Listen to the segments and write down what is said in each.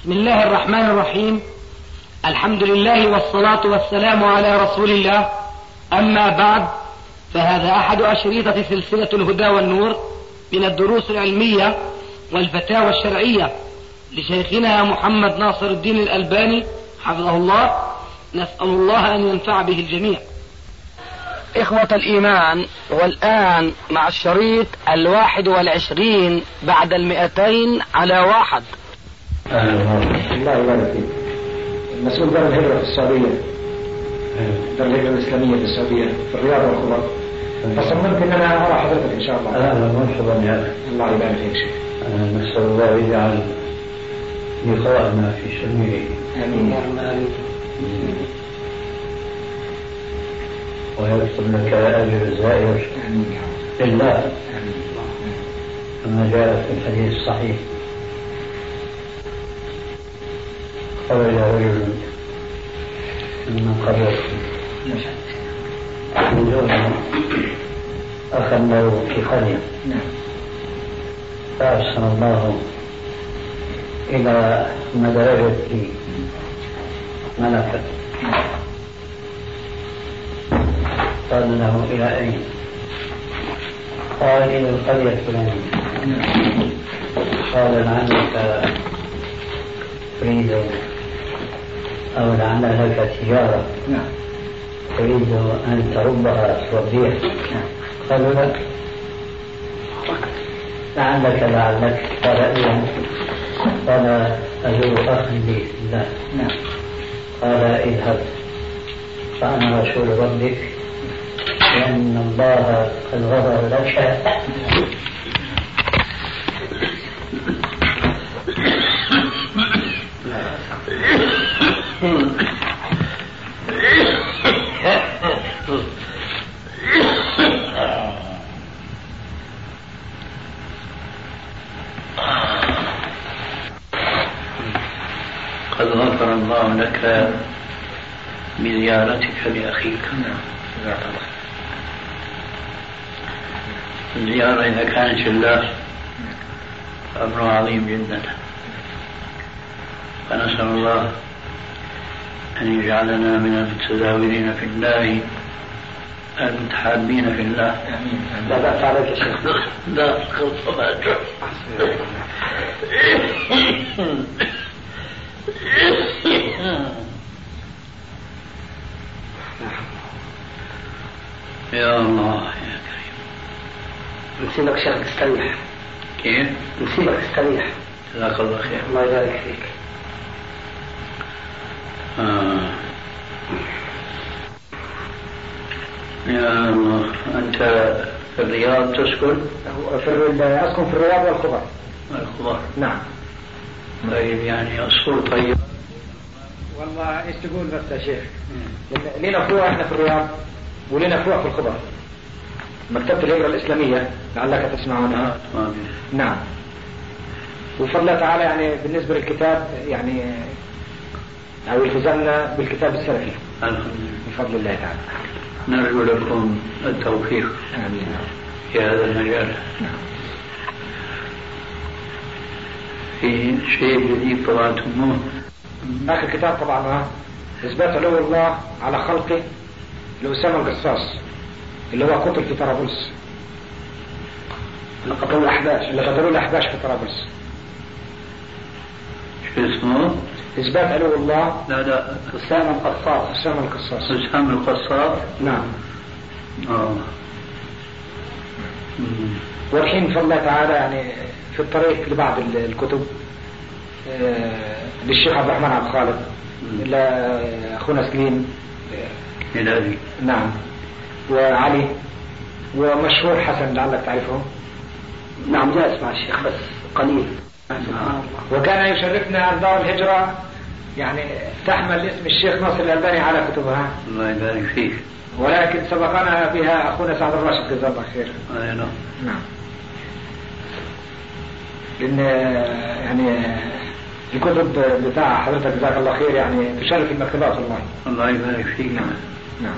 بسم الله الرحمن الرحيم. الحمد لله والصلاة والسلام على رسول الله. أما بعد، فهذا أحد أشريطة سلسلة الهدى والنور من الدروس العلمية والفتاوى الشرعية لشيخنا محمد ناصر الدين الألباني حفظه الله. نسأل الله أن ينفع به الجميع. إخوة الإيمان، والآن مع الشريط 21 بعد 200 على 1. الله يبارك فيك. مسؤول دار الهجرة في السعودية، دار الهجرة الإسلامية في السعودية في الرياض والخبر، فصممت إن أنا أرى حضرتك إن شاء الله. أهلا ومرحبا يا أخي. الله يبارك فيك شيخ. نسأل الله يجعل لقاءنا في سبيله. آمين. ويكتب لك أجر الزائر لله، كما جاء في الحديث الصحيح. خرج رجل من قرية يقولون أخا له في قرية، فأرسل الله إلى مدرسة ملكا، قال له إلى أين؟ قال إلى القرية الفلانية. قال لعلك تريد أو لعل لك تجارة تريد أن تربها تربيها؟ قالوا لك لعلك. قال إذن قال أزور أخا لي في الله. قال اذهب فأنا رسول ربك، لأن الله قد غفر لك قد غفر الله لك بزيارتك لأخيك. الزيارة إذا كانت لله أمر عظيم جدا، فنسأل الله أن يجعلنا من المتزاورين في الله المتحابين في الله. لا بأس عليك يا شيخ. لا خلص ما يا الله يا كريم. نسيبك شيخ تستريح. كيف؟ نسيبك تستريح. جزاك الله خير. الله يبارك فيك. يا الله. أنت في الرياض تسكن؟ أسكن في الرياض والخبر. الخبر. نعم. طيب يعني أصفر طيب. والله ايش تقول بس يا شيخ؟ لنا فروع احنا في الرياض ولنا فروع في الخبر. مكتبة الهجرة الإسلامية لعلك تسمع عنها. نعم. وفضل الله تعالى يعني بالنسبة للكتاب يعني أو التزمنا بالكتاب السلفي. بفضل الله تعالى. نرجو لكم التوفيق. آمين. في هذا المجال. نعم. في شيء جديد طبعتموه؟ آخر كتاب طبعا إثبات علو الله على خلقه لأسامة القصاص، اللي هو قتل في طرابلس، اللي قتلوا الأحباش في طرابلس. شو اسمه؟ إثبات علو الله. لا أسامة القصاص. أسامة القصاص. نعم. والحين بفضل الله تعالى يعني في الطريق لبعض الكتب للشيخ عبد الرحمن عبد الخالق، لأخونا سليم هلالي. نعم. وعلي ومشهور حسن لعلك تعرفه. نعم، جاء اسمع الشيخ بس قليل. وكان يشرفنا دار الهجرة يعني تحمل اسم الشيخ ناصر الألباني على كتبها. الله يبارك فيك. ولكن سبقنا بها أخونا سعد الراشد جزاه الله خير. نعم. لأن يعني الكتب بتاع حضرتك جزاك الله خير يعني تشرف المكتبات والله. الله يبارك فيك. نعم.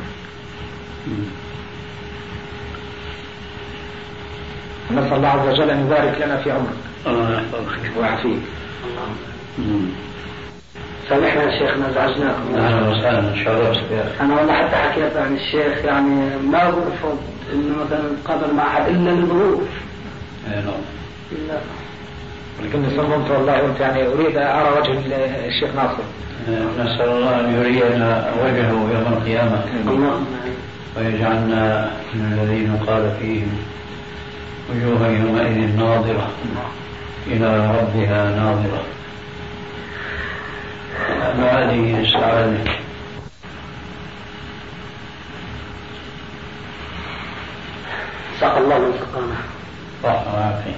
نسأل الله عز وجل أن يبارك لنا في عمرك. الله يحفظك ويعافيك. سامحنا يا شيخ ازعجناكم. اهلا وسهلا شرفت يا اخي. انا والله حتى حكيت عن الشيخ يعني ما برفض انه مثلا قابل مع احد الا لظروف. اي نعم. لكن صممت والله قلت يعني اريد ارى وجه الشيخ ناصر. نسال الله ان يرينا وجهه يوم القيامه. اللهم ويجعلنا من الذين قال فيهم وجوه يومئذ ناظره الى ربها ناظره. ما هذه السعادة؟ ساق الله من سقانا. صح وعافية.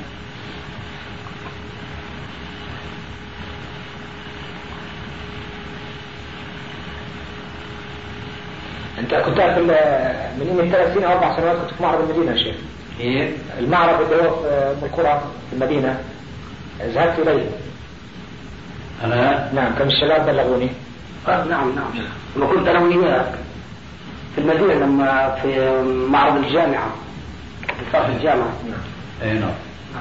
أنت كنت من 3 سنين أو 4 سنوات كنت في معرض المدينة يا شيخ. إيه؟ المعرض اللي هو في القرى في المدينة ذهبت إليه. أنا؟ نعم كم الشباب بلغوني. نعم لما كنت أنا وياك في المدينة لما في معرض الجامعة في صف الجامعة. أي نعم.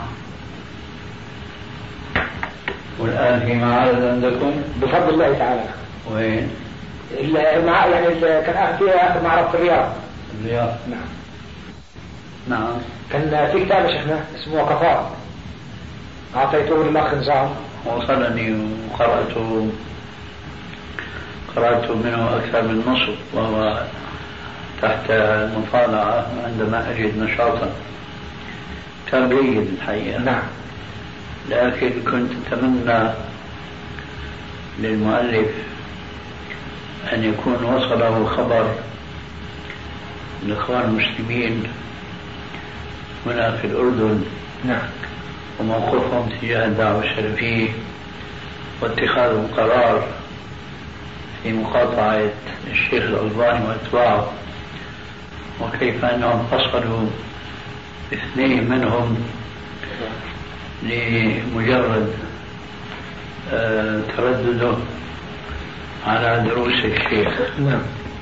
والآن في معارض عندكم؟ بفضل الله تعالى. وين؟ يعني كان فيها آخر معرض في الرياض. الرياض. نعم. كان في كتاب يا شيخنا اسمه وقفات أعطيته للأخ نظام. وصلني قرأت منه أكثر من نصف وهو تحت المطالعة عندما أجد نشاطا. كان جيد الحقيقة. نعم. لكن كنت أتمنى للمؤلف أن يكون وصله خبر الإخوان المسلمين هنا في الأردن. نعم. وموقفهم تجاه الدعوة السلفية واتخاذهم قرار في مقاطعة الشيخ الألباني وأتباعه، وكيف أنهم فصلوا 2 منهم لمجرد تردده على دروس الشيخ. نعم.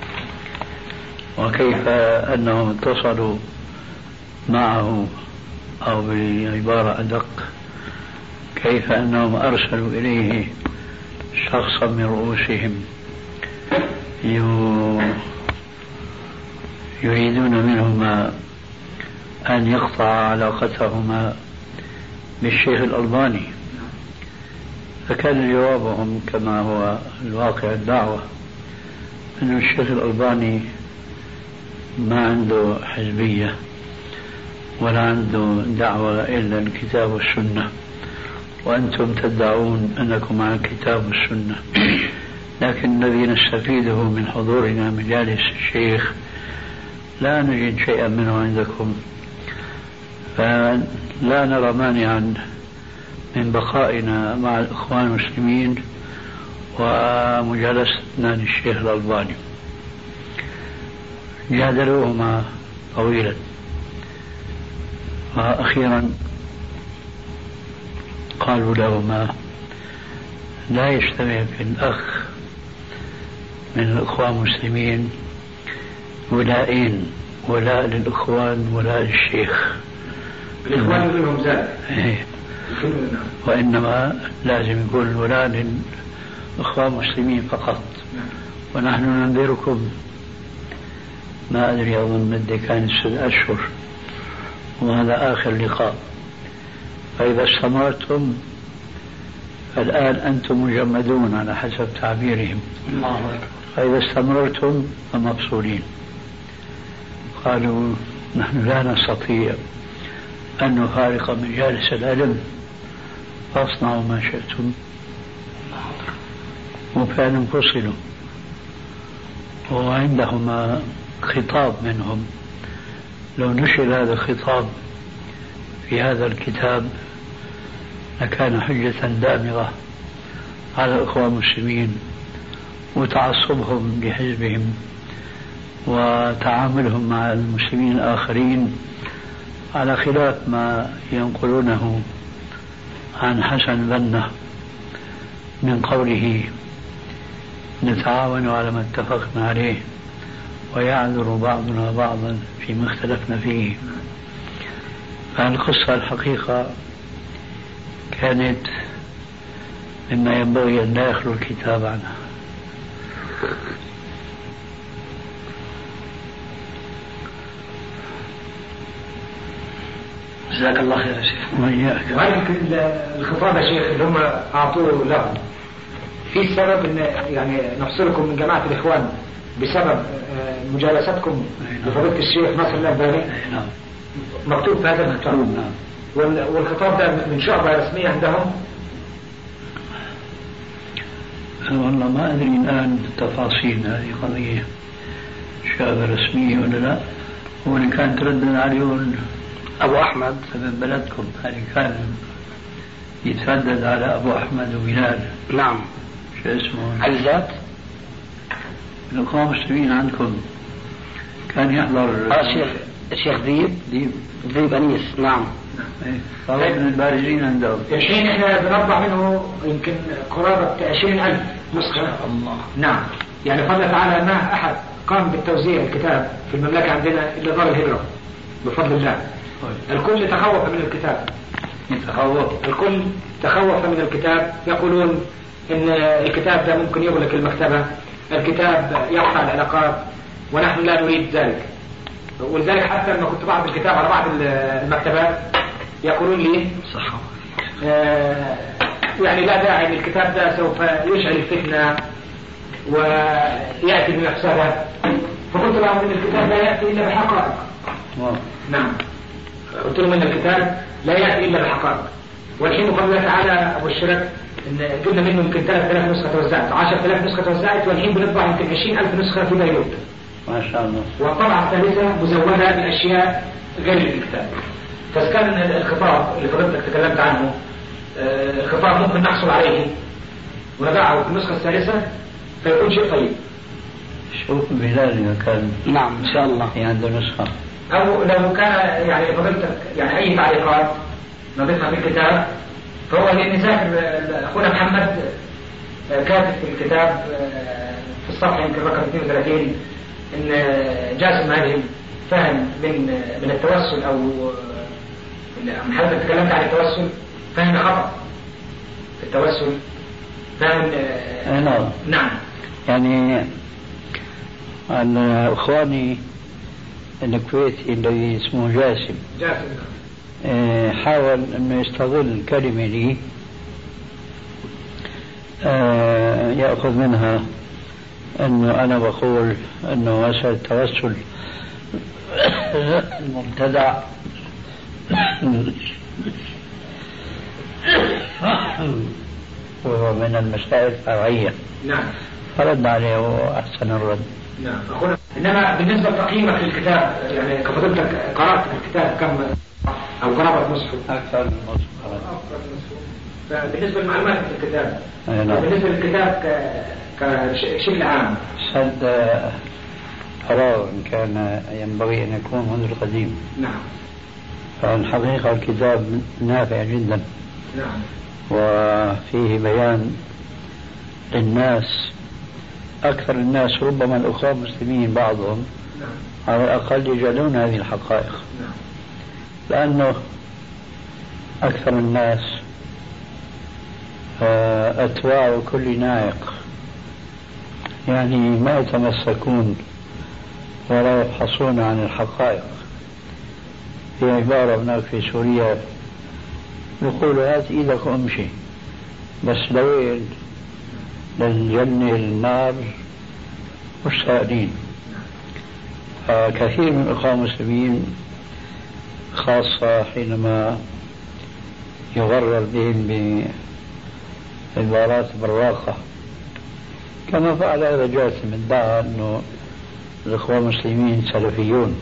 وكيف أنهم اتصلوا معه، أو بعبارة أدق كيف أنهم أرسلوا إليه شخصا من رؤوسهم يريدون منهما أن يقطع علاقتهما بالشيخ الألباني. فكان جوابهم كما هو الواقع الدعوة أن الشيخ الألباني ما عنده حزبية ولا عنده دعوة إلا الكتاب والسنة، وأنتم تدعون أنكم على الكتاب والسنة، لكن الذي نستفيده من حضورنا مجالس الشيخ لا نجد شيئا منه عندكم، فلا نرى مانعا من بقائنا مع الإخوان المسلمين ومجالستنا للشيخ الألباني. جادلوهما طويلا، وأخيرا قالوا لهما لا يجتمع في الأخ من الإخوان المسلمين ولائين، ولاء للإخوان ولاء للشيخ. الإخوان منهم زاد. وإنما لازم يكون الولاء للإخوان المسلمين فقط. ونحن ننذركم، ما أدري أظن مدة كانت 6 أشهر وهذا آخر لقاء، فإذا استمرتم فالآن أنتم مجمدون على حسب تعبيرهم، فإذا استمرتم فمفصولين. قالوا نحن لا نستطيع أن نفارق مجالس العلم، فاصنعوا ما شئتم. وفعلا فصلوا، وعندهما خطاب منهم، لو نشر هذا الخطاب في هذا الكتاب لكان حجة دامغة على الإخوان المسلمين، وتعصبهم لحزبهم وتعاملهم مع المسلمين الآخرين على خلاف ما ينقلونه عن حسن بنة من قوله نتعاون على ما اتفقنا عليه ويعذر بعضنا بعضا فيما اختلفنا فيه. فالقصة الحقيقة كانت مما ينبغي أن لا يخلو الكتاب عنها. جزاك الله خير يا شيخ. وإياك. وهل الخطاب يا شيخ اللي هم أعطوه لهم في سبب أن يعني نفصلكم من جماعة الإخوان بسبب مجالستكم لفضيلة الشيخ ناصر الألباني؟ نعم. مكتوب في هذا الخطاب. نعم. والخطاب ده من شعبة رسمية عندهم؟ والله ما أدري الآن تفاصيل هذه قضية شعبة رسمية ولا لا. هو اللي كان تردد عليه أبو أحمد من بلدكم، هذه كان يتردد على أبو أحمد وبلال. نعم. شو اسمه؟ عزات الإخوان المسلمين عندكم كان يحضر الشيخ ذيب أنيس. نعم. فهو من البارزين عندهم. الحين احنا بنطبع منه يمكن قرابة 20,000 نسخة. الله. نعم. يعني فضل تعالى ما أحد قام بالتوزيع الكتاب في المملكة عندنا إلا دار الهجرة بفضل الله. الكل تخوف من الكتاب. الكل تخوف من الكتاب، يقولون إن الكتاب ده ممكن يغلق المكتبة، الكتاب يقطع العلاقات، ونحن لا نريد ذلك. ولذلك حتى لما كنت بعض الكتاب على بعض المكتبات يقولون لي صح يعني لا داعي للكتاب ده، سوف يشعل الفتنة ويأتي بمفسدة. فقلت لهم ان الكتاب لا يأتي إلا بحقائق. نعم. قلت لهم ان الكتاب لا يأتي إلا بحقائق. والحين بفضل الله تعالى أبو الشرك إن جبنا منه يمكن 3000 نسخة توزعت، 10,000 نسخة توزعت، والحين بنطبع يمكن 20,000 نسخة في بيروت. ما شاء الله. والطبعة الثالثة مزودة بأشياء غير الكتاب. فكان الخطاب اللي فضلتك تكلمت عنه الخطاب ممكن نحصل عليه ونضعه في النسخة الثالثة فيكون شيء طيب. شوف بلال إذا كان. نعم إن شاء الله عنده نسخة. أو لو كان يعني فضلتك يعني أي تعليقات نضيفها في الكتاب، فهو لأن ذاكر أخونا محمد كاتب في الكتاب في الصفحة يمكن رقم 32 إن جاسم هذه فهم من التوسل أو من حضرتك تكلمت عن التوسل، فهم خطأ في التوسل، فهم. نعم. يعني أنا إخواني الكويتي الذي اسمه جاسم حاول أنه يستغل كلمة لي يأخذ منها أنه أنا بقول أنه مسألة التوسل المبتدع وهو من المسائل الفرعية. نعم. فرد عليه أحسن الرد. نعم. أخونا إنما بالنسبة لتقييمك للكتاب يعني كفضلتك قرأت الكتاب كم أو قرابة نصف؟ أكثر من نصف. فبالنسبة للمعلومات في الكتاب بالنسبة للكتاب كشكل عام سد فراغ كان ينبغي أن يكون منذ القديم. نعم. فالحقيقة الكتاب نافع جدا. نعم. وفيه بيان للناس، أكثر الناس ربما الأخوة المسلمين بعضهم نعم. على الأقل يجهلون هذه الحقائق. نعم. لأنه أكثر الناس أتباع كل نائق، يعني ما يتمسكون ولا يبحثون عن الحقائق. في عبارة هناك في سوريا يقول هات إيدك وامشي، بس لوين؟ للجنة للنار مش سائلين. كثير من الأخوة المسلمين خاصة حينما يغرر بهم بعبارات براقة كما فعل هذا جاسم، ادعى أنه الأخوة المسلمين سلفيون،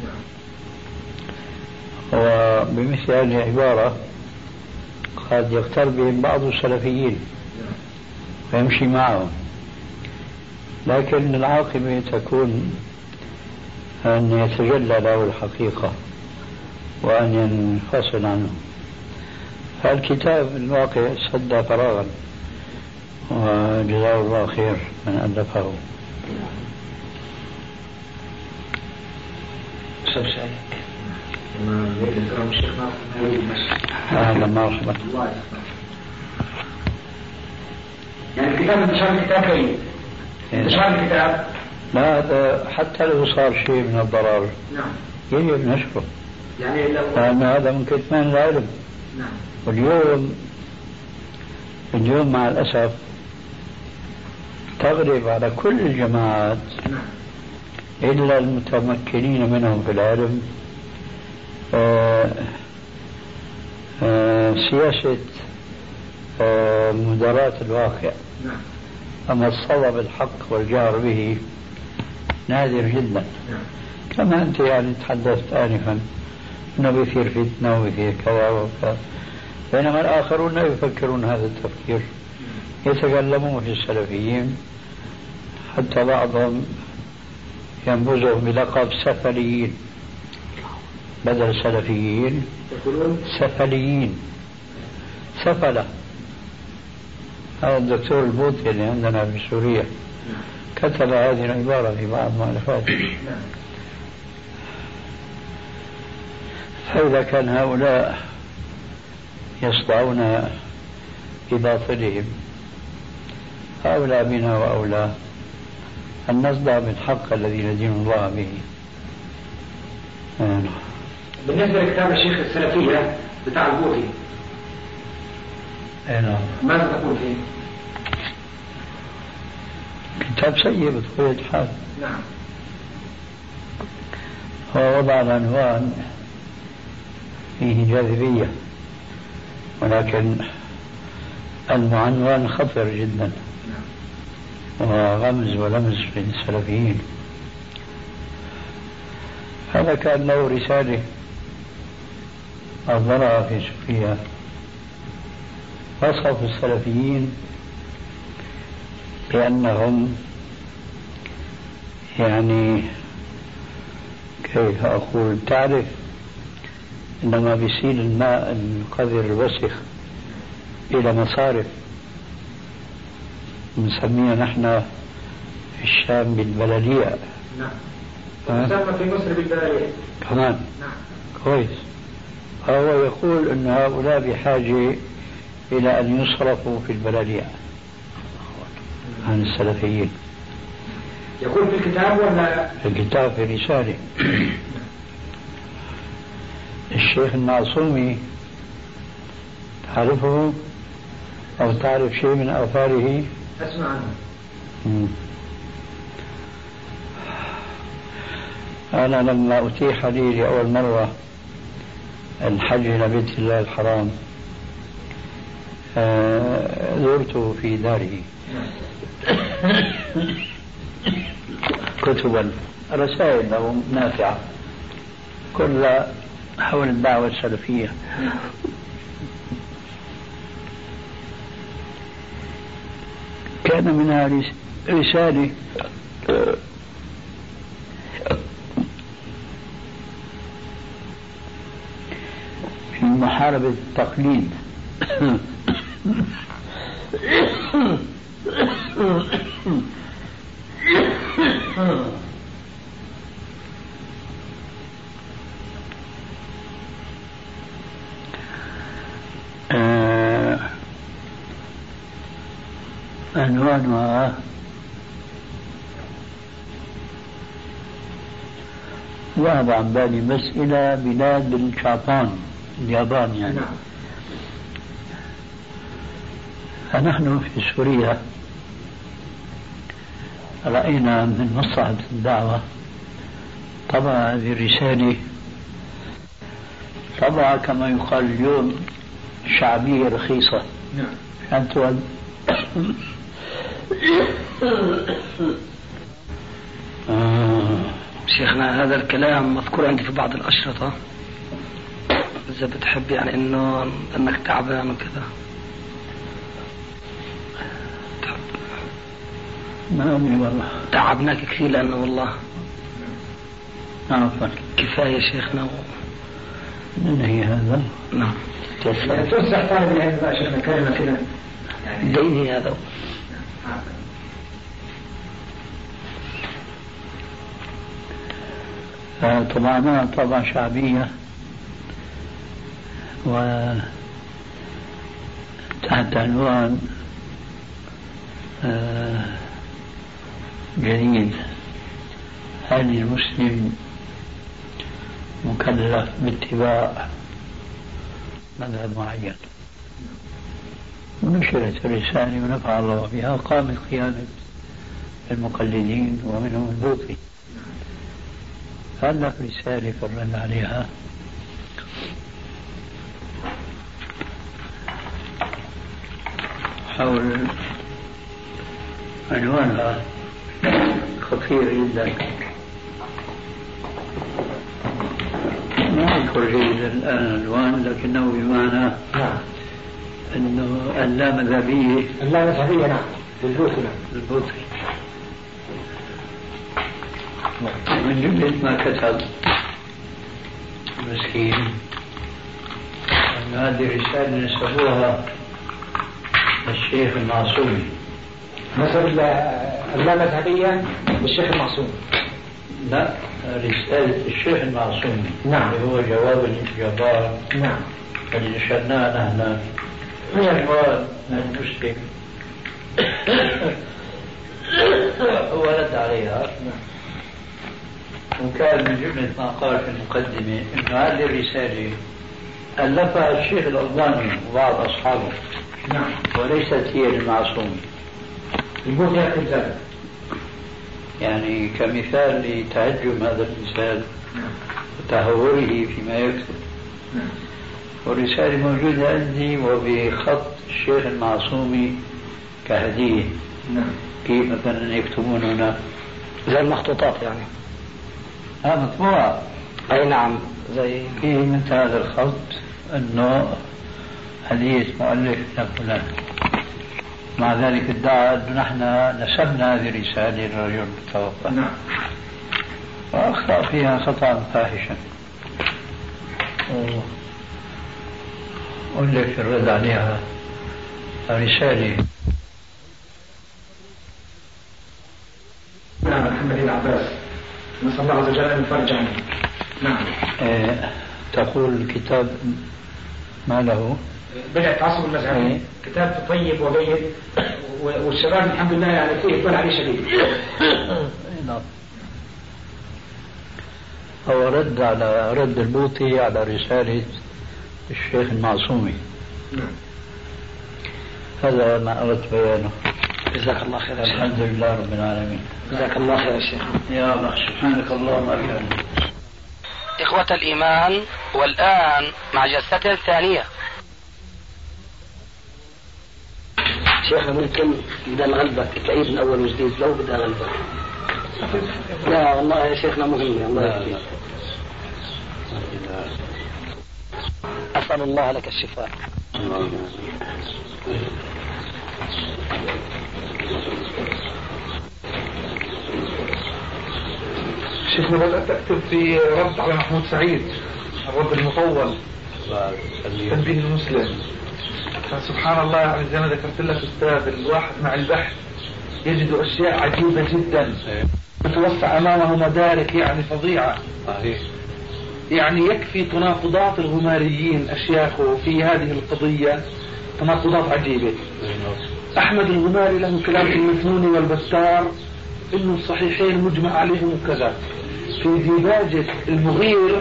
وبمثل هذه العبارة قد يغتر بهم بعض السلفيين ويمشي معهم، لكن العاقبة تكون أن يتجلى له الحقيقة وأن ينفصل عنه. فالكتاب الواقع سد فراغا، وجزاه الله خير من ألفه. أهلا مرحبا. يعني الكتاب انتشار الكتاب كيف؟ انتشار الكتاب لا هذا حتى لو صار شيء من الضرر نعم يجب نشره، يعني لأن هذا من كتمان العلم. نعم. واليوم مع الأسف تغلب على كل الجماعات إلا المتمكنين منهم في العلم سياسة مداراة الواقع. أما الصواب الحق والجهر به نادر جدا. كما أنت يعني تحدثت آنفا أنه بيثير فتنة وبيثير كذا وكذا، بينما الآخرون لا يفكرون هذا التفكير، يتكلمون في السلفيين، حتى بعضهم ينبذهم بلقب سفليين بدل سلفيين، سفليين، سفلة. هذا الدكتور البوطي اللي عندنا في سوريا كتب هذه العبارة في بعض مؤلفاته. فإذا كان هؤلاء يصدعون بباطلهم أولى بنا وأولى أن نصدع بالحق الذي ندين الله به. بالنسبة لكتاب الشيخ السلفية بتاع البوطي ماذا تقول فيه؟ كتاب سيء بطبيعة الحال. نعم. هو وضع العنوان فيه جاذبية، ولكن المعنوان خطر جدا وغمز ولمز بين السلفيين. هذا كان له رسالة أصدرها في سوريا، وصف السلفيين بأنهم يعني كيف أقول، تعرف إنما بيسيل الماء القذر الوسخ إلى مصارف نسميها نحن في الشام بالبلاليع. نعم. تسمى في مصر بالبلاليع كمان. نعم. كويس. فهو يقول أن هؤلاء بحاجة إلى أن يصرفوا في البلاليع عن السلفيين. يقول في الكتاب ولا؟ في الكتاب، في رسالة. الشيخ المعصومي تعرفه أو تعرف شيء من آثاره؟ أسمع عنه. أنا لما أتيح لي لأول مرة الحج إلى بيت الله الحرام زرته في داره كتبا رسائل له نافعة كلها حول الدعوة السلفية. كان منها رسالة في محاربة التقليد. عنوانها ذهب عن بالي بس إلى بلاد الجابان، اليابان يعني. فنحن في سوريا رأينا من مصلحة الدعوة طبع هذه الرسالة، طبعا كما يقال اليوم شعبية رخيصة. أنتم شيخنا هذا الكلام مذكور عندي في بعض الأشرطة، إذا بتحب يعني إنه أنك تعبان وكذا. ما أدري والله، تعبناك كثير لأنه والله عفوا كفاية شيخنا ننهي هذا. نعم. توسع طالب العلم بقى شيخنا كلمة كده ديني هذا. طبعا طبعا شعبية وتحت عنوان جديد، هل المسلم مكلف باتباع مذهب معين؟ نشرت الرسالة ونفع الله بها، قامت قيادة المقلدين ومنهم البوطي. ألف رسالة فرنا عليها حول عنوانها خطير جدا، ما أذكر جيدا الآن العنوان، لكنه بمعنى أنه اللامذهبية. اللامذهبية نعم، للبوطي. من جملة ما كتب مسكين أن هذه الرسالة نسبوها للشيخ المعصومي. نسب اللامذهبية للشيخ المعصومي؟ لا، رسالة الشيخ المعصومي. نعم. اللي هو جواب الجبار. نعم. اللي نشرناه نحن من عنوان المسلم ورد عليها. وكان من جملة ما قال في المقدمة أن هذه الرسالة ألفها الشيخ الألباني وبعض أصحابه. نعم. وليست هي للمعصومي. يقول يا كذاب. يعني كمثال لتهجم هذا الإنسان وتهوره فيما يكتب. والرسالة موجودة عندي وبخط الشيخ المعصومي كهدية. كيف مثلا يكتبون هنا زي المخطوطات يعني. مطبوعة. أي نعم، زي فيه مثل هذا الخط أنه هدية مؤلف لفلان. مع ذلك ادعى أن نحن نسبنا هذه الرسالة للرجل المتوفى. نعم. وأخطأ فيها خطأ فاحشا. ألف الرد عليها رسالة. نعم، محمد بن عباس، نسأل الله عز وجل أن يفرج عنه. نعم. تقول الكتاب ما له بدأت عصر المذهبي. كتاب طيب وجيد، والشباب الحمد لله يعني فيه يطلع عليه شديد. هو رد البوطي على رسالة الشيخ المعصومي. نعم. هذا ما أردت بيانه. جزاك الله خير. الحمد لله رب العالمين. جزاك الله خير يا شيخ. يا الله، سبحانك اللهم وبحمدك. إخوة الإيمان، والآن مع جلسة ثانية. شيخنا ممكن بدنا نغلبك تعيد من أول وجديد لو بدنا نغلبك. لا والله يا شيخنا مهم. الله يهديك. أسأل الله لك الشفاء. شيخنا بدأت أكتب في رد على محمود سعيد، الرد المطول، تنبيه المسلم. فسبحان الله، يعني زي ما ذكرت لك أستاذ، الواحد مع البحث يجد أشياء عجيبة جدا تتوسع أمامه مدارك يعني فظيعة. يعني يكفي تناقضات الغماريين أشياخه في هذه القضية، تناقضات عجيبة. أحمد الغماري له كلام في المثنون والبستار إنه الصحيحين مجمع عليهم وكذا. في ديباجة المغير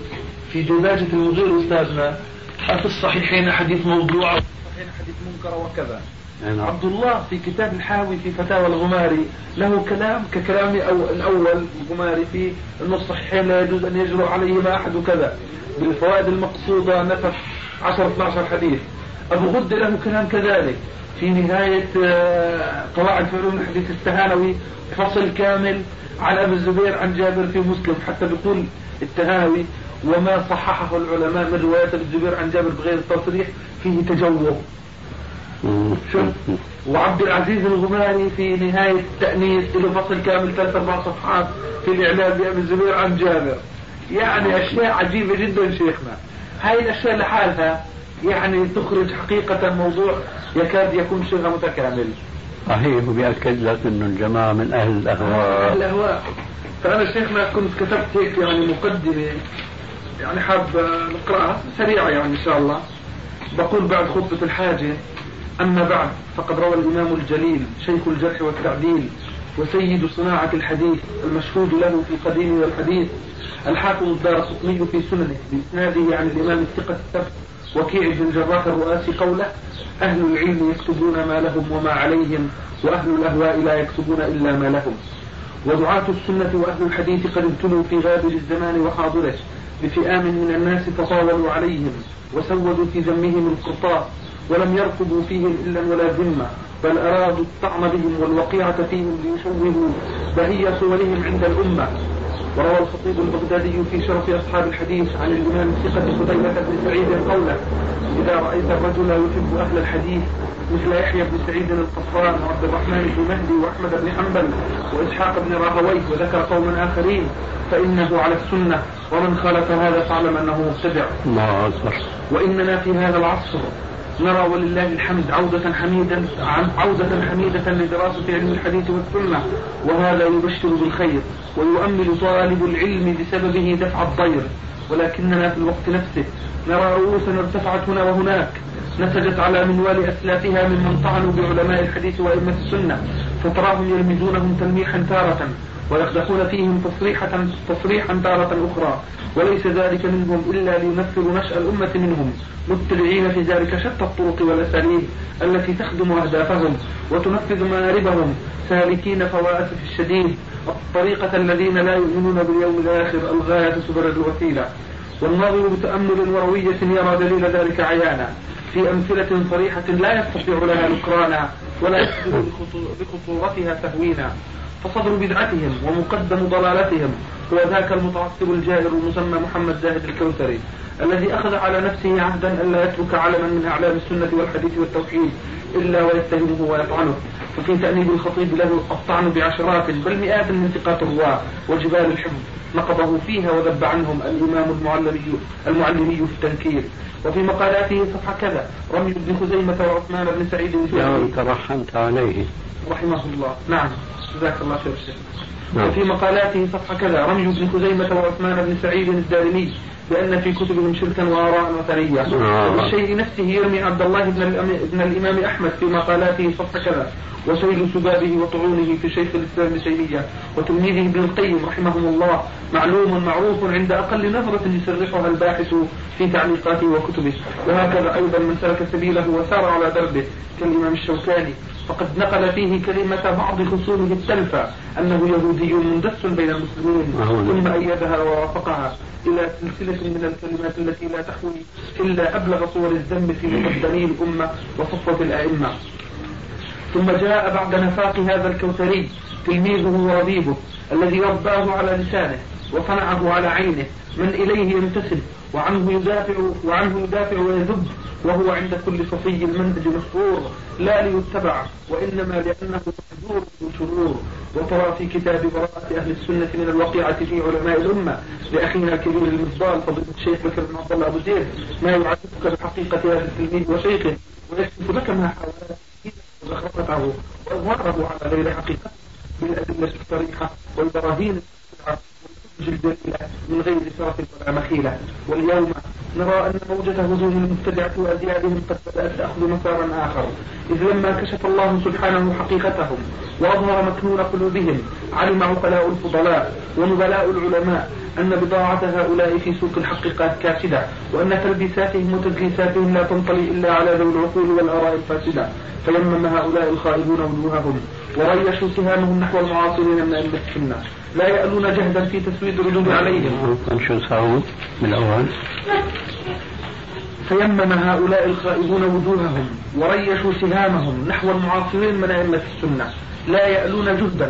أستاذنا في الصحيحين حديث موضوع والصحيحين حديث منكر وكذا. عبد الله في كتاب الحاوي في فتاوى الغماري له كلام ككلام الأول الغماري في أن الصحيحين لا يجوز أن يجرؤ عليهما أحد وكذا. بالفوائد المقصودة نفس 10-12 حديث. أبو غد له كلام كذلك في نهاية قواعد في علوم الحديث التهانوي، فصل كامل عن أبي الزبير عن جابر في مسلم، حتى بيقول التهانوي وما صححه العلماء من رواية أبي الزبير عن جابر بغير التصريح فيه تجوه. وعبد العزيز الغماري في نهاية التأنيس له فصل كامل 3-4 صفحات في الإعلام بأبي الزبير عن جابر. يعني أشياء عجيبة جدا شيخنا. هاي الأشياء لحالها يعني تخرج حقيقة موضوع يكاد يكون شبه متكامل. صحيح، وبيأكد لك أنه الجماعة من أهل الأهواء. فأنا شيخنا كنت كتبت هيك يعني مقدمة، يعني حاب نقرأها سريعة يعني إن شاء الله. بقول بعد خطبة الحاجة: أما بعد، فقد روى الإمام الجليل شيخ الجرح والتعديل وسيد صناعة الحديث المشهود له في قديم الحديث الحافظ الدارقطني في سننه بإسناده عن الإمام الثقة الثبت وكيع بن الجراح الرؤاسي قوله: أهل العلم يكتبون ما لهم وما عليهم، وأهل الأهواء لا يكتبون إلا ما لهم. ودعاة السنة وأهل الحديث قد ابتلوا في غابر الزمان وحاضره بفئام من الناس تطاولوا عليهم وسودوا في ذمهم القرطاس، ولم يرقبوا فيهم إلا ولا ذمة، بل أرادوا الطعن بهم والوقيعة فيهم ليشوهوا بهي صورهم عند الأمة. وروى الخطيب البغدادي في شرف أصحاب الحديث عن الإمام الثقة خزيمة بن سعيد قوله: إذا رأيت الرجل يحب أهل الحديث مثل يحيى بن سعيد القطان وعبد الرحمن بن مهدي وأحمد بن حنبل وإسحاق بن راهويه وذكر قوما آخرين فإنه على السنة، ومن خالف هذا فاعلم أنه مبتدع. الله أكبر. وإننا في هذا العصر نرى ولله الحمد عودة حميدة لدراسة علم الحديث والسنة، وهذا يبشر بالخير ويؤمل طالب العلم بسببه دفع الضير. ولكننا في الوقت نفسه نرى رؤوسا ارتفعت هنا وهناك نسجت على منوال أسلافها ممن طعنوا بعلماء الحديث وأئمة السنة، فتراهم يلمزونهم تلميحا تارة ويقدحون فيهم تصريحا تارة أخرى، وليس ذلك منهم إلا ليمثلوا نشأ الأمة منهم، متبعين في ذلك شتى الطرق والأساليب التي تخدم أهدافهم وتنفذ مآربهم، سالكين فواسف الشديد الطريقة الذين لا يؤمنون باليوم الآخر، الغاية تبرر الوسيلة. والناظر بتأمل وروية يرى دليل ذلك عيانا في أمثلة صريحة لا يستطيع لها نكرانا ولا يقدر بخطورتها تهوينا. فصدر بدعتهم ومقدم ضلالتهم هو ذاك المتعصب الجائر المسمى محمد زاهد الكوثري، الذي أخذ على نفسه عهدا ألا يترك علما من أعلام السنة والحديث والتوحيد إلا ويتهمه ويطعنه. ففي تأنيب الخطيب له الطعن بعشرات بل مئات من ثقات الرواة وجبال الحفظ نقضه فيها وذب عنهم الإمام المعلمي في التنكير. وفي مقالاته صفحة كذا رمي بن خزيمة وعثمان بن سعيد الدارمي ترحمت عليه رحمه الله. نعم جزاك الله خير الشيخ. وفي مقالاته صفحة كذا رمي بن خزيمة وعثمان بن سعيد الدارمي بأن في كتبهم شركا وآراء وثنية. وبالشيء نفسه يرمي عبد الله بن الإمام أحمد في مقالاته صفحة كذا، وسيل سبابه وطعونه في شيخ الإسلام ابن تيمية وتلميذه ابن القيم رحمهم الله معلوم معروف عند أقل نظرة يسرحها الباحث في تعليقاته وكتبه. وهكذا أيضا من سلك سبيله وسار على دربه كالإمام الشوكاني، فقد نقل فيه كلمة بعض خصومه التلفة أنه يهودي مندس بين المسلمين، ثم أيدها ووافقها إلى سلسلة من الكلمات التي لا تحوي إلا أبلغ صور الذم في مقدمي الأمة وصفوة الأئمة. ثم جاء بعد نفاق هذا الكوثري تلميذه وربيبه الذي رباه على لسانه وصنعه على عينه، من إليه يمتثل وعنه يدافع ويذب، وهو عند كل صفي المنهج مسرور لا ليتبع وإنما لأنه محذور وشرور. وترى في كتاب براءة أهل السنة من الوقيعة في علماء الأمة لأخينا الكبير المفضال فضيلة الشيخ بكر بن عبد الله أبو زيد ما يعرفك بحقيقة هذا التلميذ وشيخه، ويكشف لك ما حاولت وزخرفته وأظهره على غير حقيقة بالأدلة الصريحة والبراهين الجلدية من غير صرف ولا مخيلة. واليوم نرى أن موجة هجوم المبتدعة وأزيادهم قد بدأت تأخذ مسارا آخر، إذ لما كشف الله سبحانه حقيقتهم وأظهر مكنون قلوبهم علم عقلاء الفضلاء ونبلاء العلماء أن بضاعة هؤلاء في سوق الحق كاسدة، وأن تلبيساتهم وتدليساتهم لا تنطلي إلا على ذوي العقول والآراء الفاسدة. فيمم هؤلاء الخائبون وجوههم وريشوا سهامهم نحو المعاصرين من أئمة السنة، لا يألون جهدا في تسويد الردود عليهم. فيمم هؤلاء الخائبون وجوههم وريشوا سهامهم نحو المعاصرين من أئمة السنة، لا يألون جهدا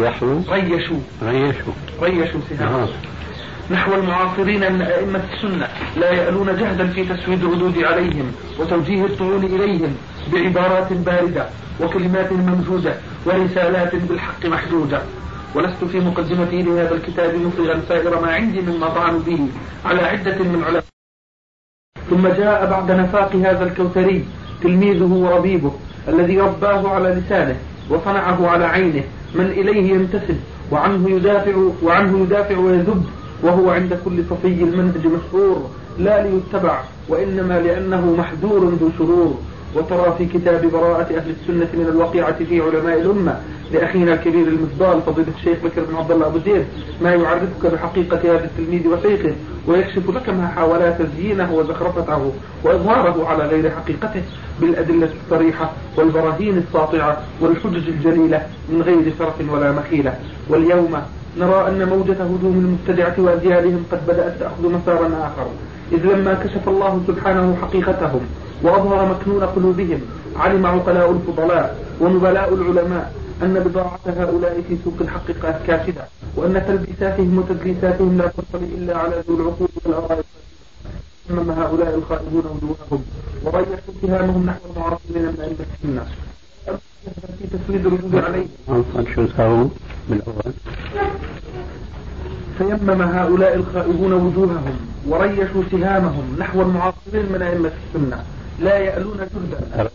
ريشوا سهامهم نحو المعاصرين من أئمة السنة، لا يألون جهدا في تسويد الردود عليهم وتوجيه الطعون إليهم بعبارات باردة وكلمات ممجودة ورسالات بالحق محدودة. ولست في مقدمتي لهذا الكتاب مفرغا سائر ما عندي مما طعنوا به على عدة من علماء. ثم جاء بعد نفاق هذا الكوثري تلميذه وربيبه الذي رباه على لسانه وصنعه على عينه، من إليه يمتثل وعنه يدافع ويذب، وهو عند كل صفي المنهج مسرور لا ليتبع وإنما لأنه محذور ذو شرور. وترى في كتاب براءة أهل السنة من الوقيعة في علماء الأمة لأخينا الكبير المفضال فضيلة الشيخ بكر بن عبد الله أبو زيد ما يعرفك بحقيقة هذا التلميذ وشيخه ويكشف لك ما حاول تزيينه وزخرفته وإظهاره على غير حقيقته بالأدلة الصريحة والبراهين الساطعة والحجج الجليلة من غير سرف ولا مخيلة. واليوم نرى أن موجة هجوم المبتدعة وأذيالهم قد بدأت تأخذ مسارا آخر، إذ لما كشف الله سبحانه حقيقتهم وأظهر مكنون قلوبهم علم عقلاء الفضلاء ونبلاء العلماء أن بضاعة هؤلاء في سوق الحق كاسدة، وأن تلبيساتهم وتدليساتهم لا تنطلي إلا على ذو العقول والأرائك. ثم هؤلاء الخائبون وجوههم وريحوا اتهامهم نحو المعاصرين من أئمة السنة في تسويد الردود عليهم. فيمم هؤلاء الخائبون وجوههم وريشوا اتهامهم نحو المعاصرين من أئمة السنة لا يألون جهدا.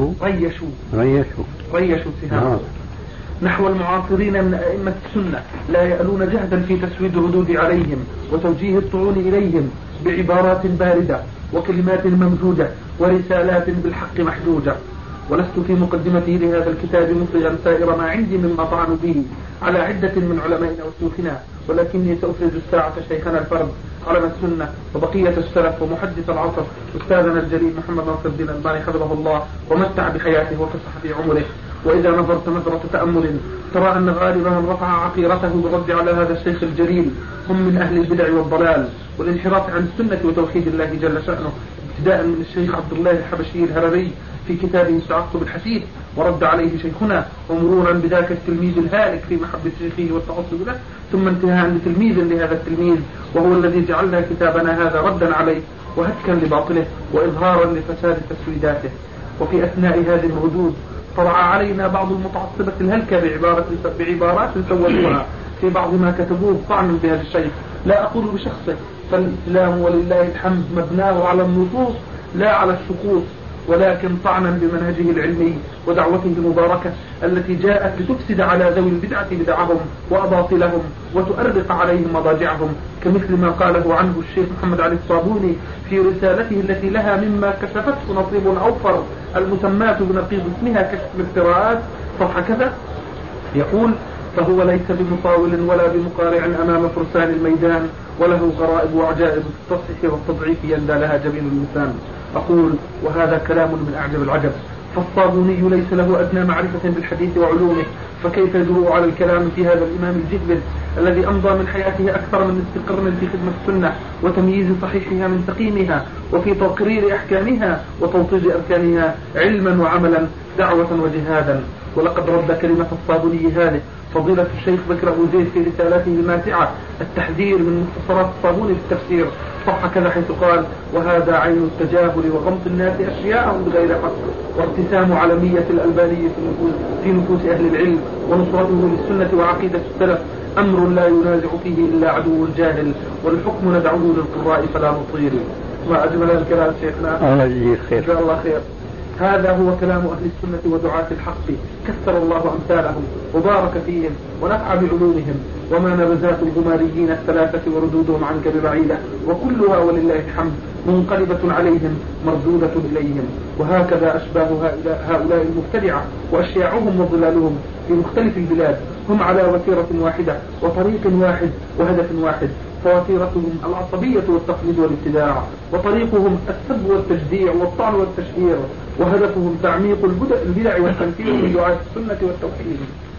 ريشوا اتهامهم نحو المعاصرين من أئمة السنة لا يألون جهدا في تسويد الردود عليهم وتوجيه الطعون إليهم بعبارات باردة وكلمات ممزوجة ورسالات بالحق محجوجة. ولست في مقدمتي لهذا الكتاب مفرغا سائر ما عندي مما طعنوا به على عدة من علمائنا وشيوخنا، ولكني سأفرج الساعة شيخنا الفرد علم السنة وبقية السلف ومحدث العصر أستاذنا الجليل محمد ناصر الدين الألباني حفظه الله ومتع بحياته وفسح في عمره. وإذا نظرت نظرة تأمل ترى أن غالبا من رفع عقيرته بالرد على هذا الشيخ الجليل هم من أهل البدع والضلال والانحراف عن السنة وتوحيد الله جل شأنه، ابتداء من الشيخ عبد الله الحبشي الهرري في كتابه تعقب الحديث ورد عليه شيخنا، ومرورا بذاك التلميذ الهالك في محبة شيخه والتعصب له، ثم انتهاء لتلميذ لهذا التلميذ وهو الذي جعلنا كتابنا هذا ردا عليه وهتكا لباطله وإظهارا لفساد تسويداته. وفي أثناء هذه الردود طلع علينا بعض المتعصبة الهلكة بعبارات سودوها في بعض ما كتبوه طعنا بهذا الشيخ. لا أقول بشخصه، فالإسلام ولله الحمد مبناه على النصوص لا على الشخوص، ولكن طعنا بمنهجه العلمي ودعوته المباركة التي جاءت لتفسد على ذوي البدعة بدعهم وأباطلهم وتؤرق عليهم مضاجعهم، كمثل ما قاله عنه الشيخ محمد علي الصابوني في رسالته التي لها مما كشفته نصيب أوفر المسماة بنقيض اسمها كشف الافتراءات صفحة كذا، يقول: فهو ليس بمطاول ولا بمقارع أمام فرسان الميدان، وله غرائب وعجائب في التصحيح والتضعيف يندى لها جبين اللسان. أقول: وهذا كلام من أعجب العجب، فالصابوني ليس له أدنى معرفة بالحديث وعلومه، فكيف يجرؤ على الكلام في هذا الإمام الجهبذ الذي أمضى من حياته أكثر من 6 قرن في خدمة السنة وتمييز صحيحها من سقيمها وفي تقرير أحكامها وتوطيد أركانها علما وعملا دعوة وجهادا. ولقد رد كلمة الصابوني هذه فضيلة الشيخ بكر أبو زيد في رسالته الماتعة التحذير من مختصرات الصابوني في التفسير صح كذا، حيث قال: وهذا عين التجاهل وغمط الناس أشياءهم بغير حق، وارتسام علمية الألباني في نفوس أهل العلم ونصرته للسنة وعقيدة السلف أمر لا ينازع فيه إلا عدو الجاهل، والحكم ندعوه للقراء فلا نطير. ما أجمل الكلام شيخنا، جزاه الله خير. هذا هو كلام أهل السنة ودعاة الحق، كثر الله أمثالهم وبارك فيهم ونفع بعلومهم. وما نبذات الغماريين الثلاثة وردودهم عنك ببعيدة، وكلها ولله الحمد منقلبة عليهم مردودة إليهم. وهكذا أشباه هؤلاء المبتدعة وأشياعهم وظلالهم في مختلف البلاد هم على وتيرة واحدة وطريق واحد وهدف واحد، فوتيرتهم العصبية والتقليد والابتداع، وطريقهم السب والتجديع والطعن والتشهير، وهدفهم تعميق البدع والتنفير من دعاة السنة والتوحيد.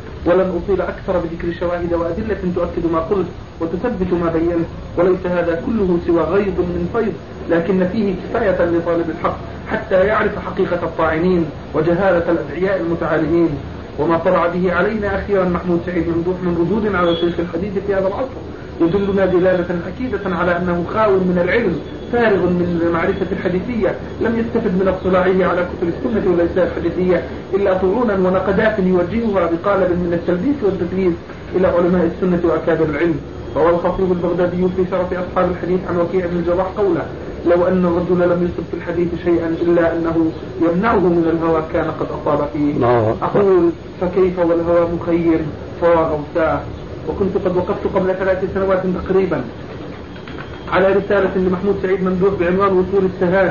ولن أطيل أكثر بذكر شواهد وأدلة تؤكد ما قلت وتثبت ما بينت، وليس هذا كله سوى غيض من فيض، لكن فيه كفاية لطالب الحق حتى يعرف حقيقة الطاعنين وجهالة الأدعياء المتعالمين. وما طلع به علينا أخيرا محمود سعيد من ردود على شيخ الحديث في هذا العصر يدلنا دلالة أكيدة على أنه خاو من العلم فارغ من المعرفة الحديثية، لم يستفد من اطلاعه على كتب السنة والأجزاء الحديثية إلا طعونا ونقدات يوجهها بقالب من التلبيس والتدليس إلى علماء السنة وأكابر العلم. روى الخطيب البغدادي في شرف أصحاب الحديث عن وكيع بن الجراح قوله: لو أن الرجل لم يصب في الحديث شيئا إلا أنه يمنعه من الهوى كان قد أصاب فيه. أقول: فكيف والهوى مخير فراغ وساعة. وكنت قد وقفت قبل 3 سنوات تقريبا على رسالة لمحمود سعيد ممدوح بعنوان وصول التهاني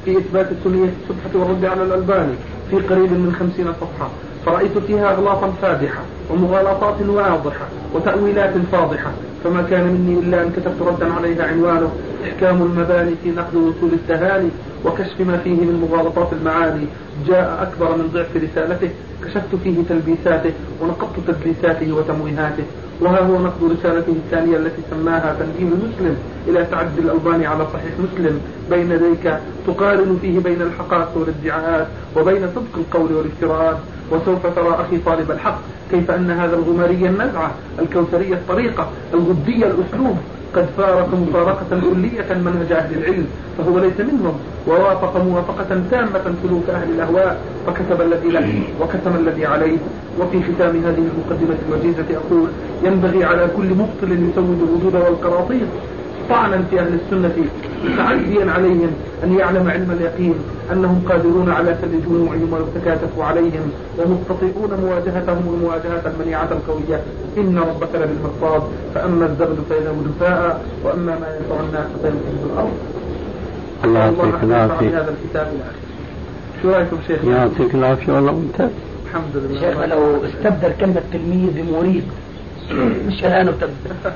في إثبات السنية السبحة والرد على الألباني في قريب من 50 صفحة، فرأيت فيها أغلاطا فادحة ومغالطات واضحة وتأويلات فاضحة، فما كان مني إلا أن كتبت ردا عليها عنوانه إحكام المباني في نقد وصول التهاني وكشف ما فيه من مغالطات المعاني، جاء أكبر من ضعف رسالته، كشفت فيه تلبيساته ونقضت تدليساته وتمويهاته. وها هو نقد رسالته الثانية التي سماها تنجيم المسلم إلى تعدي الألباني على صحيح مسلم بين يديك، تقارن فيه بين الحقائق والادعاءات وبين صدق القول والافتراءات. وسوف ترى أخي طالب الحق كيف أن هذا الغماري النزعة الكوثرية الطريقة الغدية الأسلوب قد فارق مفارقة كلية منهج أهل العلم، فهو ليس منهم، ووافق موافقة تامة سلوك أهل الأهواء، فكتب الذي له وكتم الذي عليه. وفي ختام هذه المقدمة الوجيزة أقول: ينبغي على كل مبطل يسود الوجود والقراطيس طعنا في أهل السنة متعديا عليهم أن يعلم علم اليقين أنهم قادرون على سد جموعهم ويتكاتف عليهم ومستطيعون مواجهتهم المواجهة المنيعة القوية. إن ربك لبالمرصاد، فأما الزبد فيذهب جفاء وأما ما ينفع الناس فيمكن في الأرض. الله يعطيك العافية. هذا الكتاب الآخر. شو رأيكم شيخ؟ يعطيك العافية والله ممتاز. الحمد لله. شيخ لو استبدل كلمة تلميذ بمريد مش الآن وتبدل.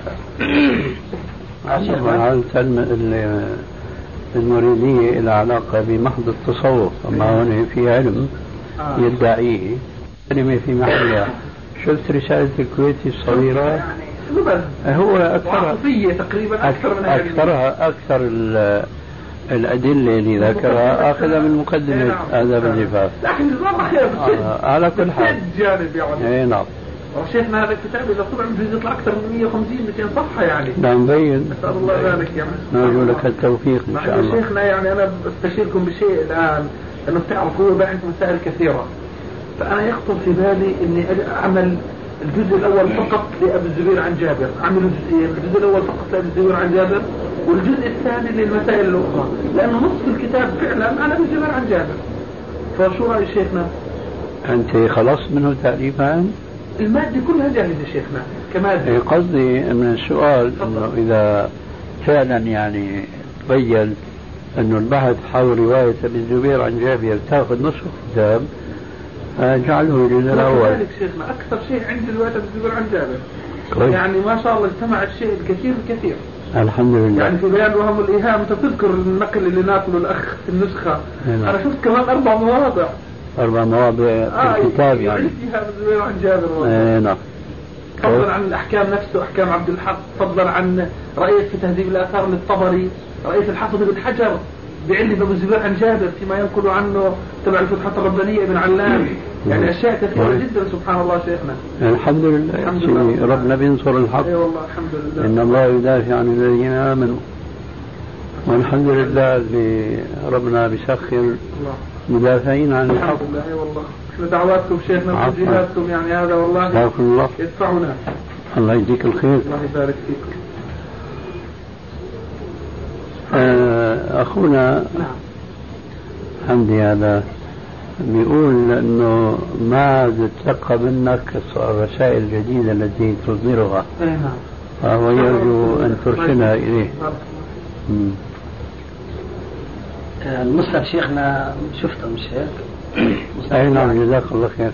المريدية إلى علاقة بمحض التصوف، أما هنا في علم يدعيه كلمة في محلها. شفت رسالة الكويتي الصغيرة؟ هو أكثرها تقريبا أكثر الأدلة اللي ذكرها أخذها من مقدمة آداب الزفاف. لكن جزاك خير. على كل حال. يعني. نعم. وشيخنا هذا الكتاب إذا طبع بده يطلع أكثر من 150-200 صفحة يعني. نعم مبين. نسأل الله ذلك يعني. نرجو لك التوفيق إن شاء الله. شيخنا يعني أنا بستشيركم بشيء الآن، أنه بتعرفوا باحث مسائل كثيرة، فأنا يخطر في بالي إني أعمل الجزء الأول فقط لأبي الزبير عن جابر، أعمل جزئين، الجزء الأول فقط لأبي الزبير عن جابر والجزء الثاني للمسائل الأخرى، لأنه نصف الكتاب فعلا عن أبي الزبير عن جابر. فشو رأي شيخنا؟ أنت خلصت منه تقريبا؟ المادة كلها جاهزة شيخنا كمادة. قصدي من السؤال انه اذا فعلا يعني تبين انه البحث حول رواية ابن الزبير عن جابر تاخذ نصف الكتاب جعله الجزء الاول. ذلك شيخنا اكثر شيء عندي رواية ابن الزبير عن جابر. يعني ما شاء الله اجتمع الشيء الكثير. الحمد لله. يعني في بيان وهم الايهام انت تذكر النقل اللي ناقله الاخ في النسخة. انا شفت كمان 4 مواضع. 4 مواضع في الكتاب يعني. عن جابر. نعم. فضلا عن الأحكام نفسه، أحكام عبد الحق، فضلا عن رأيت في تهذيب الآثار للطبري، رأيت الحافظ بن حجر بعلم أبو الزبير عن جابر فيما ينقل عنه تبع الفتحة الربانية ابن علام، يعني أشياء كثيرة جدا سبحان الله شيخنا. الحمد لله. الحمد لله. ربنا بينصر الحق. أي والله الحمد لله. إن الله يدافع عن الذين آمنوا. والحمد لله اللي ربنا بيسخر مدافعين عن الحق. الحمد لله. أي والله. احنا دعواتكم شيخنا وتوجيهاتكم يعني هذا والله يدفعنا. الله يجزيك الخير. الله يبارك فيكم. أخونا نعم حمدي هذا بيقول أنه ما تتلقى منك الرسائل الجديدة التي تصدرها. نعم. فهو يرجو أن ترسلها إليه. المصحف شيخنا شفته مش هيك؟ أي نعم جزاك الله خير.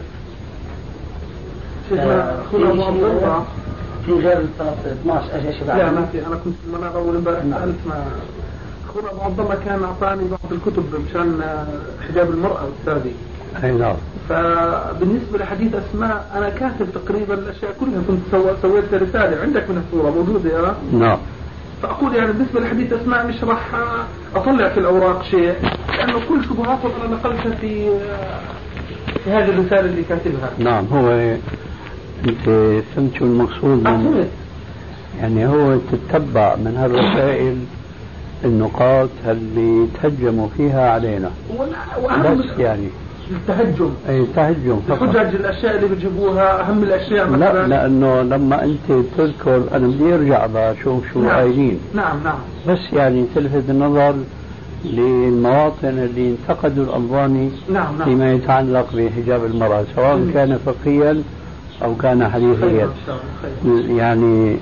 شيخنا أخونا أبو عبد الله في غير 12 أشياء بعد. لا ما في، أنا كنت المناقة أول امبارح سألت ما أخونا أبو عبد الله كان أعطاني بعض الكتب مشان حجاب المرأة والسادي. أي نعم. فبالنسبة لحديث أسماء أنا كاتب تقريبا الأشياء كلها، كنت سويت رسالة عندك من الصورة موجودة يا نعم. فأقول يعني بالنسبة لحديث أسماء مش راح أطلع في الأوراق شيء، لأنه كل شبهاتهم أنا نقلتها في هذه الرسالة اللي كاتبها. نعم. هو أنت فهمت شو المقصود من يعني هو تتبع من هالرسائل النقاط اللي تهجموا فيها علينا بس يعني التهجم. أي تهجم فقط. الحجج الأشياء اللي بيجيبوها أهم الأشياء مثلا. لا لأنه لما أنت تذكر أنا بدي أرجع بشوف شو قايلين. نعم. بس يعني تلفت النظر للمواطن اللي انتقدوا الألباني. نعم. فيما يتعلق بحجاب المرأة سواء كان فقهيا أو كان حديثيا. يعني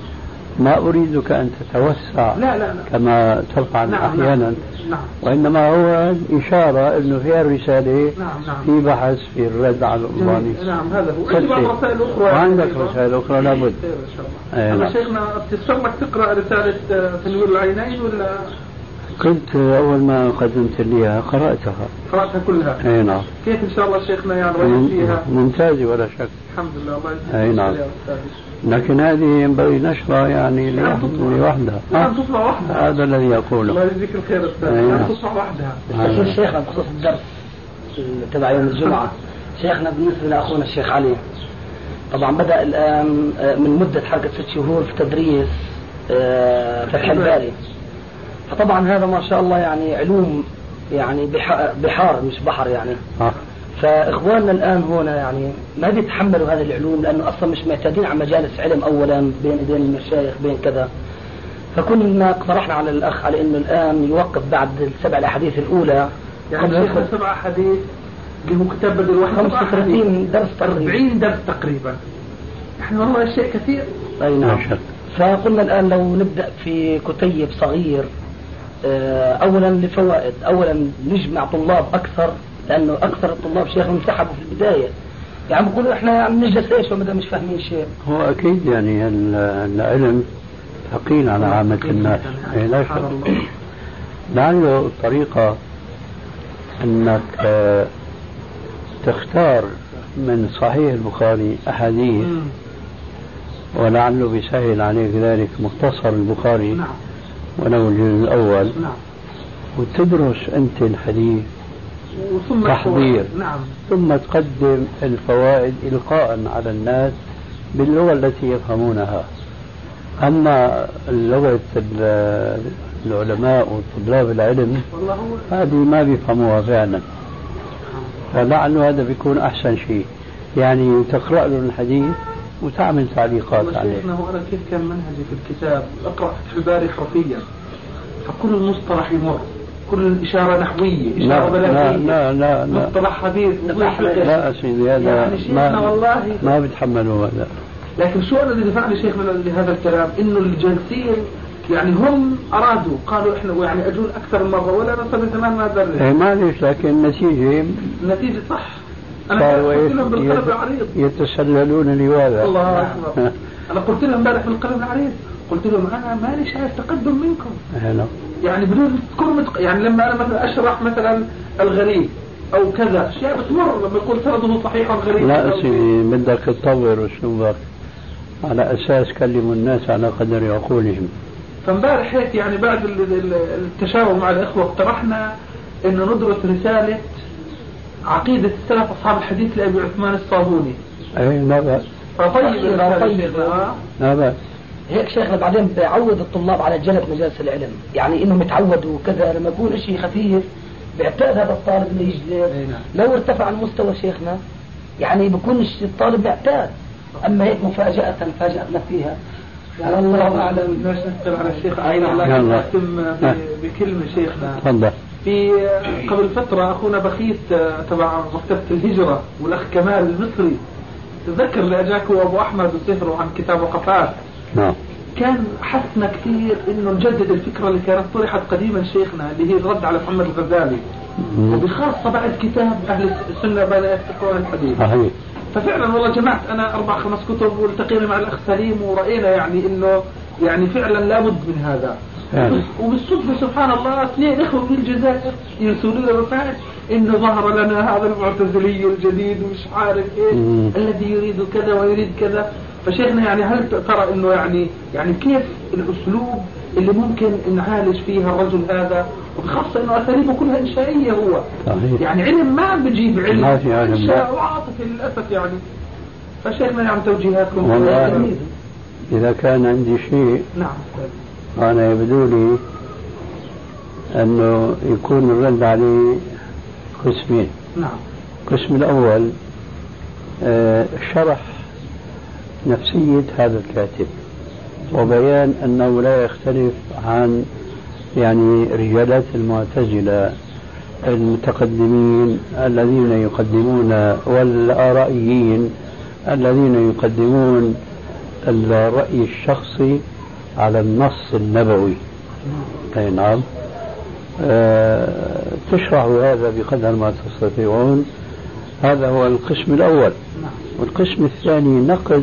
ما أريدك أن تتوسع لا. كما تفعل أحيانا. نعم. وإنما هو إشارة أنه في الرسالة نعم. في بحث في الرد على الألباني. نعم هذا هو. عندي بعض رسائل أخرى. وعندك رسائل أخرى لابد. أما شيخنا تسر لك تقرأ رسالة تنوير العينين ولا؟ كنت أول ما قدمت لي قرأتها كلها. أي نعم. كيف إن شاء الله شيخنا يعني رأيت فيها؟ ممتازة ولا شك. الحمد لله. أي نعم. لكن هذه ينبغي نشرها يعني لوحدها. تصنع وحدها. هذا الذي يقوله. الله يجزيك الخير أستاذ. تصنع وحدها. شيخنا بخصوص الدرس تبع يوم الجمعة، شيخنا بالنسبة لأخونا الشيخ علي طبعا بدأ الآن من مدة حركة 6 شهور في تدريس فتح الباري، فطبعا هذا ما شاء الله يعني علوم يعني بحار مش بحر يعني. فإخواننا الآن هنا يعني ما بيتحملوا هذه العلوم لأنه أصلا مش معتادين على مجالس علم أولا بين إيدين المشايخ بين كذا. فكنا اقترحنا على الأخ على إنه الآن يوقف بعد 7 الأحاديث الأولى. يعني 7 أحاديث اللي هو كتاب بدل واحد 35 درس 40 درس تقريبا. احنا والله شيء كثير. أي نعم. فقلنا الآن لو نبدأ في كتيب صغير أولا لفوائد، أولا نجمع طلاب أكثر لأنه أكثر الطلاب شيخ انسحبوا في البداية يعني بقولوا إحنا يعني نجلس إيش ومدى مش فاهمين شيء. هو أكيد يعني العلم ثقيل على عامة الناس. لا شك. لعله الطريقة أنك تختار من صحيح البخاري أحاديث ولعله بيسهل عليك ذلك مختصر البخاري. نعم. ولو الجزء الأول. نعم. وتدرس أنت الحديث تحضير. نعم. ثم تقدم الفوائد إلقاء على الناس باللغة التي يفهمونها. أما لغة العلماء وطلاب العلم هذه ما بيفهموها فعلا، فلعل هذا بيكون أحسن شيء يعني تقرأ له الحديث وتعمل تعليقات عليه. أنا كيف كان منهجي في الكتاب أقرأ فتح الباري حرفيا، فكل المصطلح يمر، كل الإشارة نحوية، إشارة بلاغية، لا مصطلح حديث لا سيدي هذا يعني ما بتحملوا هذا. لكن شو الذي دفعني شيخنا لهذا الكلام؟ إنه الجالسين يعني هم أرادوا قالوا إحنا يعني أجول أكثر من مرة ولا نصل زمان ما درس. معلش لكن النتيجة صح. أنا قلت لهم بالقلم العريض يتسللون لواذا. الله أكبر. أنا قلت لهم امبارح بالقلم العريض، قلت لهم أنا مالي شايف تقدم منكم. يعني بدون يعني لما أنا مثلا أشرح مثلا الغريب أو كذا شيء بتمر لما يقول سنده صحيح الغريب. لا سيدي بدك تطور أسلوبك على أساس كلموا الناس على قدر عقولهم. فامبارح هيك يعني بعد التشاور مع الإخوة اقترحنا إنه ندرس رسالة عقيدة السلف أصحاب الحديث لأبي عثمان الصابوني. أي لا بأس. لا بأس. هيك شيخنا بعدين بيعود الطلاب على جلب مجالس العلم، يعني إنهم يتعودوا كذا لما يكون إشي خفيف بيعتاد هذا الطالب إنه يجلس. لو ارتفع المستوى شيخنا يعني بيكون الطالب معتاد، أما هيك مفاجأة فاجأتنا فيها. يعني الله أعلم. باش نسأل على الشيخ عين الله أختم بكلمة شيخنا. تفضل. في قبل فترة أخونا بخيت تبع مكتبة الهجرة والأخ كمال المصري تذكر لأجاك هو أبو أحمد وسهره عن كتاب وقفات. نعم. كان حثنا كثير إنه نجدد الفكرة اللي كانت طرحت قديما شيخنا اللي هي الرد على محمد الغزالي، وبخاصة بعد كتاب أهل السنة بين يتقون الحديث. ففعلا والله جمعت أنا 4-5 كتب والتقينا مع الأخ سليم ورأينا يعني إنه يعني فعلا لابد من هذا. وبالصدفة سبحان الله 2 إخوة من الجزائر يرسلون لنا رسائل إنه ظهر لنا هذا المعتزلي الجديد ومش عارف إيه الذي يريد كذا ويريد كذا. فشيخنا يعني هل ترى إنه يعني كيف الأسلوب اللي ممكن نعالج فيها الرجل هذا، وبخاصة إنه أساليبه كلها إنشائية هو يعني علم ما بيجيب علم إنشاء وعاطفي للأسف يعني. فشيخنا يعني توجيهاتكم. إذا كان عندي شيء نعم أنا يبدو لي أنه يكون الرد عليه قسمين. نعم. القسم الأول شرح نفسية هذا الكاتب وبيان أنه لا يختلف عن يعني رجالات المعتزلة المتقدمين الذين يقدمون والآرائيين الذين يقدمون الرأي الشخصي على النص النبوي. أي نعم. تشرحوا هذا بقدر ما تستطيعون. هذا هو القسم الأول. والقسم الثاني نقد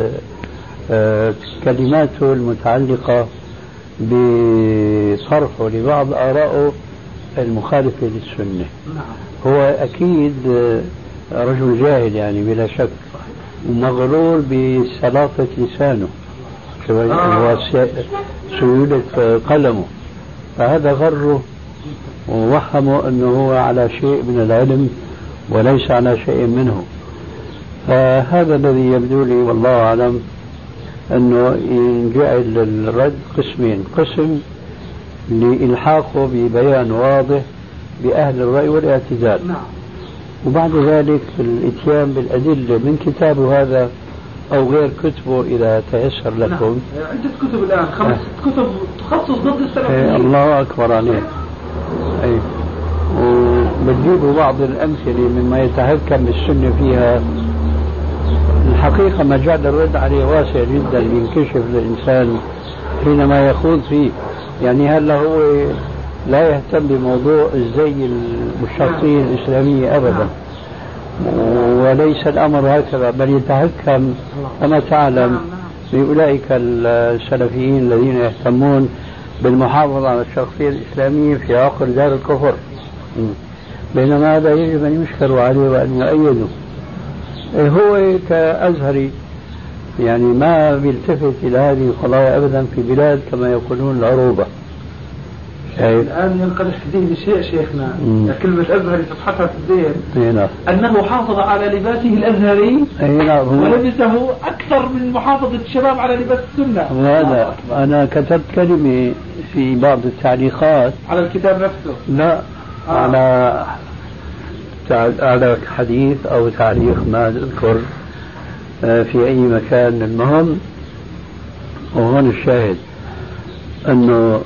كلماته المتعلقة بصرفه لبعض آرائه المخالفة للسنة. هو أكيد رجل جاهل يعني بلا شك، ومغرور بسلاطة لسانه وسيولة قلمه، فهذا غره ووهمه أنه هو على شيء من العلم وليس على شيء منه. فهذا الذي يبدو لي والله أعلم أنه ينجعل الرد قسمين: قسم لإلحاقه ببيان واضح بأهل الرأي والاعتزال، وبعد ذلك الإتيان بالأدلة من كتابه هذا أو غير كتبه إذا تيسر لكم. عدة كتب الآن، 5 كتب تخصص ضد السلفيين. الله أكبر عليك. أي وبتجيبوا بعض الأمثلة مما يتهكم بالسنة فيها. الحقيقة مجال الرد عليه واسع جدا ينكشف للإنسان حينما يخوض فيه. يعني هلا هو لا يهتم بموضوع الزي الشخصية الإسلامية أبدا، وليس الأمر هكذا، بل يتهكم كما تعلم بأولئك السلفيين الذين يهتمون بالمحافظة على الشخصية الإسلامية في عقر دار الكفر، بينما هذا يجب أن يشكر عليه وأن يؤيده. هو كأزهري يعني ما بيلتفت إلى هذه القضايا أبدا في بلاد كما يقولون العروبة. الآن ينقدح في الدين بشيء شيخنا، كلمة أزهري تبحثها في الدين أنه حافظ على لباسه الأزهري ولبسه أكثر من محافظة الشباب على لباس السنة. هذا أنا كتبت كلمة في بعض التعليقات على الكتاب نفسه، لا على حديث أو تعليق ما أذكر في أي مكان. المهم وهون الشاهد أنه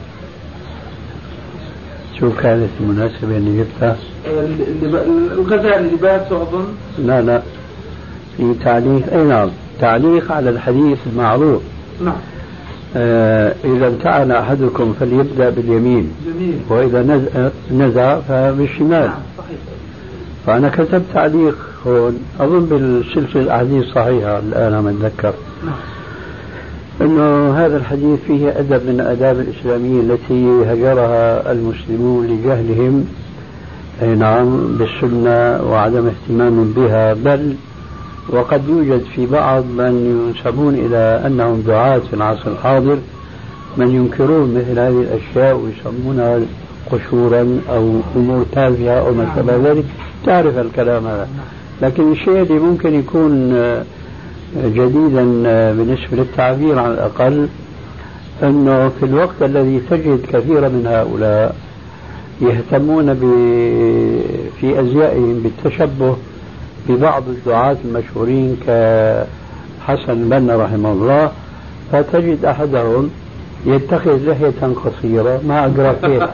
شو كانت المناسبة اللي جبتها؟ الغزالي لباسه أظن. لا في تعليق. أي نعم، تعليق على الحديث المعروف. نعم. إذا امتعن أحدكم فليبدأ باليمين، جميل. وإذا نزع فبالشمال. نعم صحيح. فأنا كتبت تعليق هون أظن بالسلسلة الأحاديث الصحيحة الآن عم أتذكر. نعم. أنه هذا الحديث فيه أدب من الآداب الإسلامية التي هجرها المسلمون لجهلهم نعم بالسنة وعدم اهتمام بها، بل وقد يوجد في بعض من ينسبون إلى أنهم دعاة في العصر الحاضر من ينكرون مثل هذه الأشياء ويسمونها قشورا أو أمور تافهة أو ما شابه ذلك. تعرف الكلام هذا. لكن الشيء اللي ممكن يكون جديدا بالنسبة للتعبير على الأقل أنه في الوقت الذي تجد كثيرا من هؤلاء يهتمون في أزيائهم بالتشبه ببعض الدعاة المشهورين كحسن البنا رحمه الله، فتجد أحدهم يتخذ لحية قصيرة مع أجرافين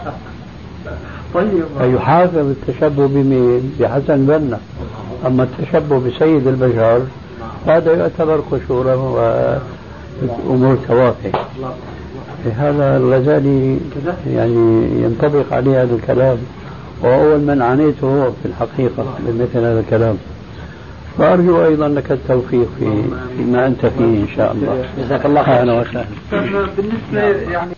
فيحافظ التشبه بحسن البنا. أما التشبه بسيد البشر هذا يعتبر قشورا وأمور توافه. هذا الغزالي يعني ينطبق عليه هذا الكلام، وأول من عانيته هو في الحقيقة بمثل هذا الكلام. وأرجو أيضا لك التوفيق فيما أنت فيه إن شاء الله. جزاك الله خير. أهلا وسهلا. بالنسبة يعني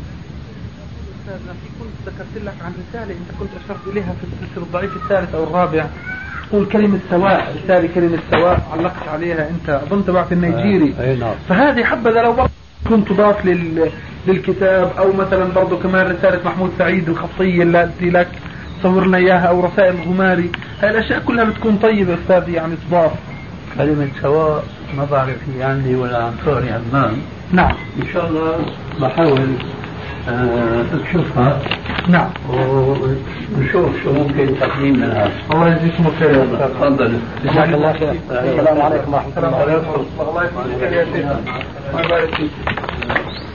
كنت ذكرت لك عن رسالة أنت كنت أشرت إليها في السلسلة الضعيف الثالث أو الرابع، تقول كلمة سواء، رسالة كلمة سواء علقت عليها أنت أظن تبعت النيجيري. فهذه حبذا لو كنت تضاف للكتاب، أو مثلا برضو كمان رسالة محمود سعيد الخطية التي لك صورنا إياها، أو رسائل الغماري. هاي الأشياء كلها بتكون طيبة أستاذي يعني تضاف. كلمة سواء ما بعرف هي عندي ولا عن صوري عمان. نعم إن شاء الله بحاول أكشفها. نعم ونشوف شو ممكن تقديم منها. الله يجزيكم خير. تفضل. جزاك الله خير. السلام عليكم ورحمة الله. الله يبارك فيك.